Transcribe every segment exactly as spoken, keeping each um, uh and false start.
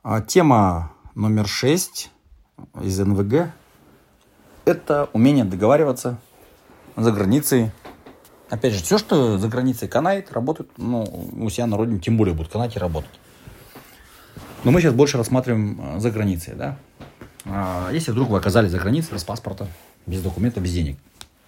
А тема номер шесть из эн вэ гэ – это умение договариваться за границей. Опять же, все, что за границей канает, работает, ну, у себя на родине, тем более будут канать и работать. Но мы сейчас больше рассматриваем за границей, да. А если вдруг вы оказались за границей без паспорта, без документа, без денег.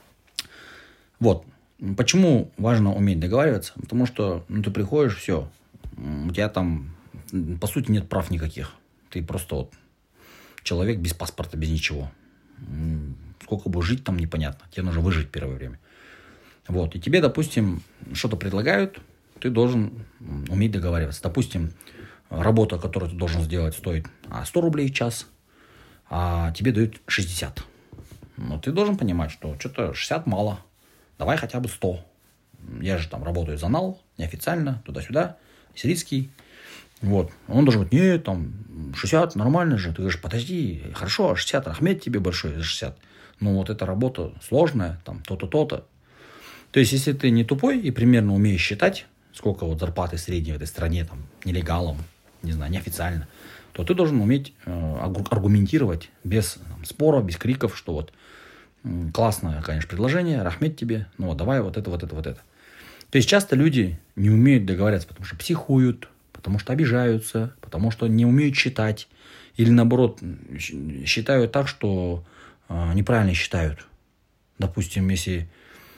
Вот. Почему важно уметь договариваться? Потому что ну, ты приходишь, все, у тебя там, по сути, нет прав никаких. Ты просто вот человек без паспорта, без ничего. Сколько бы жить там, непонятно. Тебе нужно выжить первое время. Вот. И тебе, допустим, что-то предлагают, ты должен уметь договариваться. Допустим, работа, которую ты должен сделать, стоит сто рублей в час, а тебе дают шестьдесят. Но ты должен понимать, что что-то шестьдесят мало. Давай хотя бы сто. Я же там работаю за нал, неофициально, туда-сюда, сирийский. Вот. Он должен быть, нет, там, шестьдесят, нормально же. Ты говоришь, подожди, хорошо, шестьдесят, Ахмед тебе большой за шестьдесят. Ну, вот эта работа сложная, там, то-то, то-то. То есть, если ты не тупой и примерно умеешь считать, сколько вот зарплаты средней в этой стране, там, нелегалам, не знаю, неофициально, то ты должен уметь э, аргументировать без там, спора, без криков, что вот классное, конечно, предложение, рахмет тебе, ну вот давай вот это, вот это, вот это. То есть часто люди не умеют договариваться, потому что психуют, потому что обижаются, потому что не умеют считать. Или наоборот, считают так, что э, неправильно считают. Допустим, если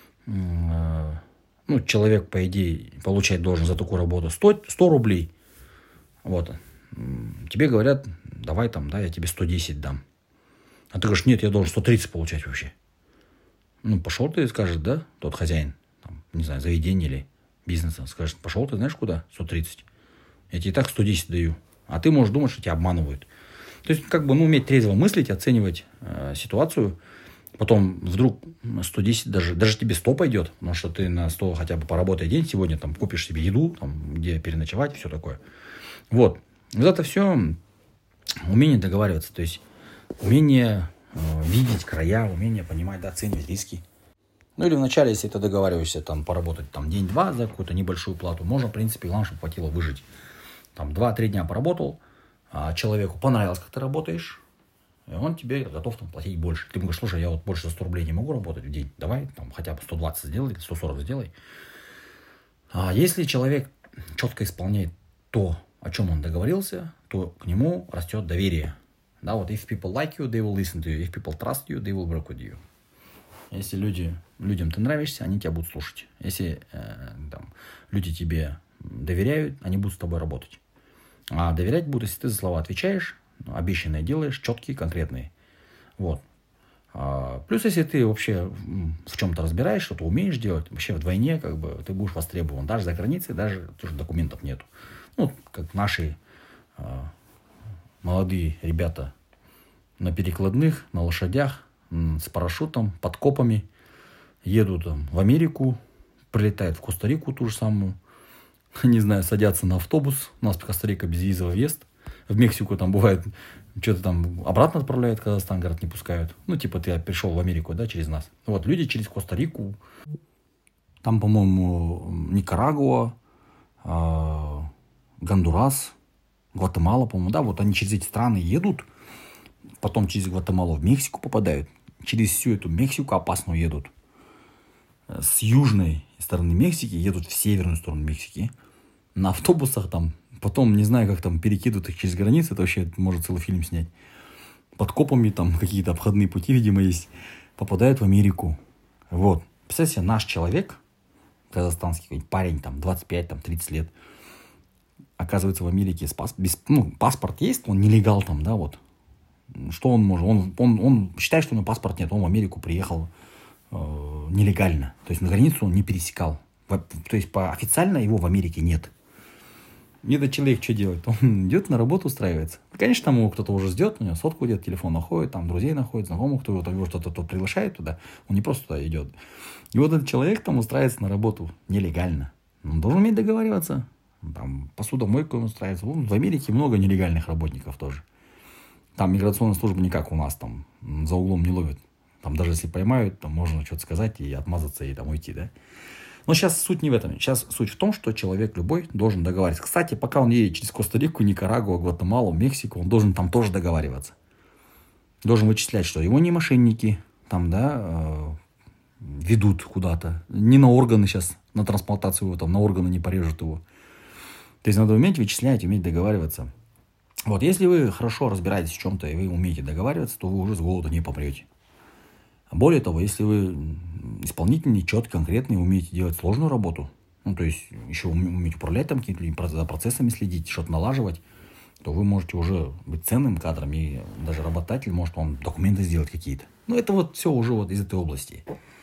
э, ну, человек, по идее, получать должен за такую работу сто, сто рублей, вот, тебе говорят, давай там, да, я тебе сто десять дам. А ты говоришь, нет, я должен сто тридцать получать вообще. Ну, пошел ты, скажешь, да, тот хозяин, там, не знаю, заведения или бизнеса, скажет, пошел ты, знаешь, куда? сто тридцать. Я тебе и так сто десять даю. А ты можешь думать, что тебя обманывают. То есть, как бы, ну, уметь трезво мыслить, оценивать э, ситуацию. Потом вдруг сто десять, даже, даже тебе сто пойдет, потому что ты на сто хотя бы поработай день сегодня, там, купишь себе еду, там, где переночевать, все такое. Вот. Вот это все умение договариваться. То есть, умение э, видеть края, умение понимать, да, оценивать риски. Ну или вначале, если ты договариваешься там, поработать там, день-два за какую-то небольшую плату, можно, в принципе, главное, чтобы хватило выжить. Там два-три дня поработал, а человеку понравилось, как ты работаешь, и он тебе готов там, платить больше. Ты ему говоришь, слушай, я вот больше за сто рублей не могу работать в день, давай там, хотя бы сто двадцать сделай, или сто сорок сделай. А если человек четко исполняет то, о чем он договорился, то к нему растет доверие. Да, вот if people like you, they will listen to you. If people trust you, they will work with you. Если люди, людям ты нравишься, они тебя будут слушать. Если э, там, люди тебе доверяют, они будут с тобой работать. А доверять будут, если ты за слова отвечаешь, обещанное делаешь, четкие, конкретные. Вот. А, плюс, если ты вообще в чем-то разбираешь, что-то умеешь делать, вообще вдвойне как бы, ты будешь востребован. Даже за границей, даже тоже документов нету. Ну, как наши э, молодые ребята на перекладных, на лошадях, м, с парашютом, под копами едут там, в Америку, прилетают в Коста-Рику ту же самую, не знаю, садятся на автобус, у нас Коста-Рика безвизовый въезд, в Мексику там бывает, что-то там обратно отправляют, Казахстан, говорят, не пускают. Ну, типа, ты пришел в Америку, да, через нас. Вот, люди через Коста-Рику, там, по-моему, Никарагуа, э, Гондурас, Гватемала, по-моему, да, вот они через эти страны едут, потом через Гватемалу в Мексику попадают, через всю эту Мексику опасную едут. С южной стороны Мексики едут в северную сторону Мексики на автобусах там, потом, не знаю, как там перекидывают их через границы, это вообще может целый фильм снять. Под копами там какие-то обходные пути, видимо, есть, попадают в Америку. Вот. Представьте себе, наш человек, казахстанский парень, там, двадцать пять тридцать лет, оказывается в Америке, с пас... без... ну, паспорт есть, он нелегал там, да, вот. Что он может? Он, он, он считает, что у него паспорт нет, он в Америку приехал э, нелегально. То есть на границу он не пересекал. То есть по официально его в Америке нет. И этот человек что делает? Он идет на работу, устраивается. Конечно, там его кто-то уже ждет, у него сотку идет, телефон находит, там друзей находит, знакомых, кто его кто-то тот приглашает туда, он не просто туда идет. И вот этот человек там устраивается на работу нелегально. Он должен уметь договариваться. Там посудомойку он устраивается. В Америке много нелегальных работников тоже. Там миграционная служба не как у нас, там за углом не ловят. Там даже если поймают, там можно что-то сказать и отмазаться, и там уйти, да. Но сейчас суть не в этом. Сейчас суть в том, что человек любой должен договариваться. Кстати, пока он едет через Коста-Рику, Никарагуа, Гватемалу, Мексику, он должен там тоже договариваться. Должен вычислять, что его не мошенники там, да, ведут куда-то. Не на органы сейчас, на трансплантацию его, там, на органы не порежут его. То есть надо уметь вычислять, уметь договариваться. Вот, если вы хорошо разбираетесь в чем-то, и вы умеете договариваться, то вы уже с голоду не помрете. Более того, если вы исполнительный, четкий, конкретный, умеете делать сложную работу, ну, то есть еще уметь управлять там какими-то за процессами следить, что-то налаживать, то вы можете уже быть ценным кадром, и даже работодатель может вам документы сделать какие-то. Ну, это вот все уже вот из этой области.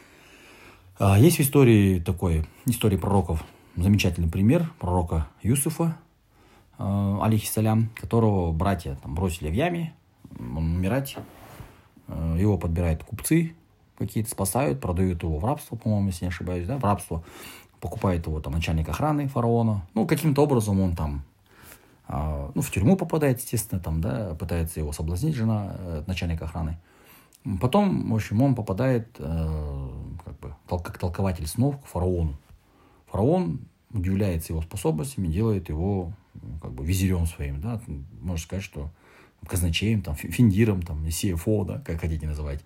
А есть в истории такой, истории пророков, замечательный пример пророка Юсуфа, э, алейхиссалям, которого братья там бросили в яме, он умирать. Его подбирают купцы какие-то, спасают, продают его в рабство, по-моему, если не ошибаюсь, да, в рабство. Покупает его там начальник охраны фараона. Ну, каким-то образом он там, э, ну, в тюрьму попадает, естественно, там, да, пытается его соблазнить жена э, начальника охраны. Потом, в общем, он попадает э, как бы тол- как толкователь снов к фараону. Фараон удивляется его способностями, делает его как бы визирем своим, да, можно сказать, что казначеем, там, финдиром, там, си эф о, да, как хотите называть.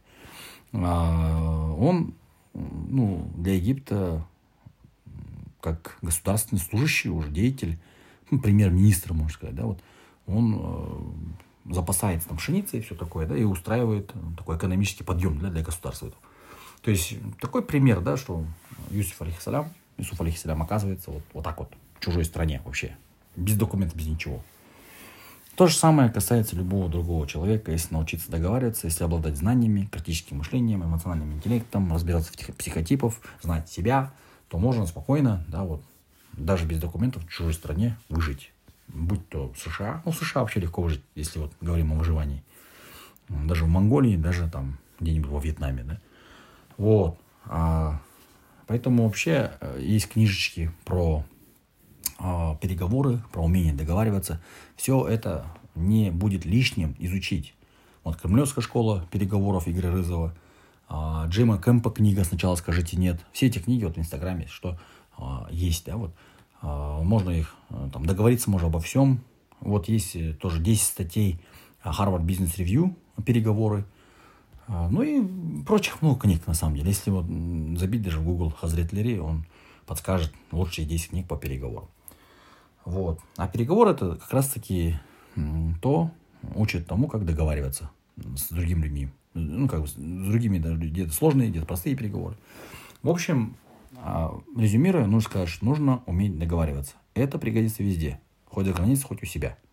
А, он, ну, для Египта как государственный служащий, уже деятель, ну, премьер-министр, можно сказать, да, вот, он э, запасается там пшеницей и все такое, да, и устраивает такой экономический подъем для, для государства. То есть такой пример, да, что Юсуф алейхиссалям, Юсуф алейхиссалям оказывается вот, вот так вот в чужой стране вообще, без документов, без ничего. То же самое касается любого другого человека. Если научиться договариваться, если обладать знаниями, критическим мышлением, эмоциональным интеллектом, разбираться в психотипах, знать себя, то можно спокойно, да, вот, даже без документов в чужой стране выжить. Будь то США. Ну, в США вообще легко выжить, если вот говорим о выживании. Даже в Монголии, даже там где-нибудь во Вьетнаме, да. Вот. А, поэтому вообще есть книжечки про переговоры, про умение договариваться. Все это не будет лишним изучить. Вот Кремлевская школа переговоров Игоря Рызова, Джима Кэмпа книга «Сначала скажите нет». Все эти книги вот в Инстаграме, что есть, да, вот. Можно их, там, договориться можно обо всем. Вот есть тоже десять статей Harvard Business Review, переговоры. Ну и прочих много книг, на самом деле. Если вот забить даже в Google Хазрет Лери, он подскажет лучшие десять книг по переговорам. Вот. А переговоры — это как раз-таки то, учит тому, как договариваться с другими людьми. Ну, как бы с другими, даже где-то сложные, где-то простые переговоры. В общем, резюмируя, нужно сказать, что нужно уметь договариваться. Это пригодится везде. Хоть за границей, хоть у себя.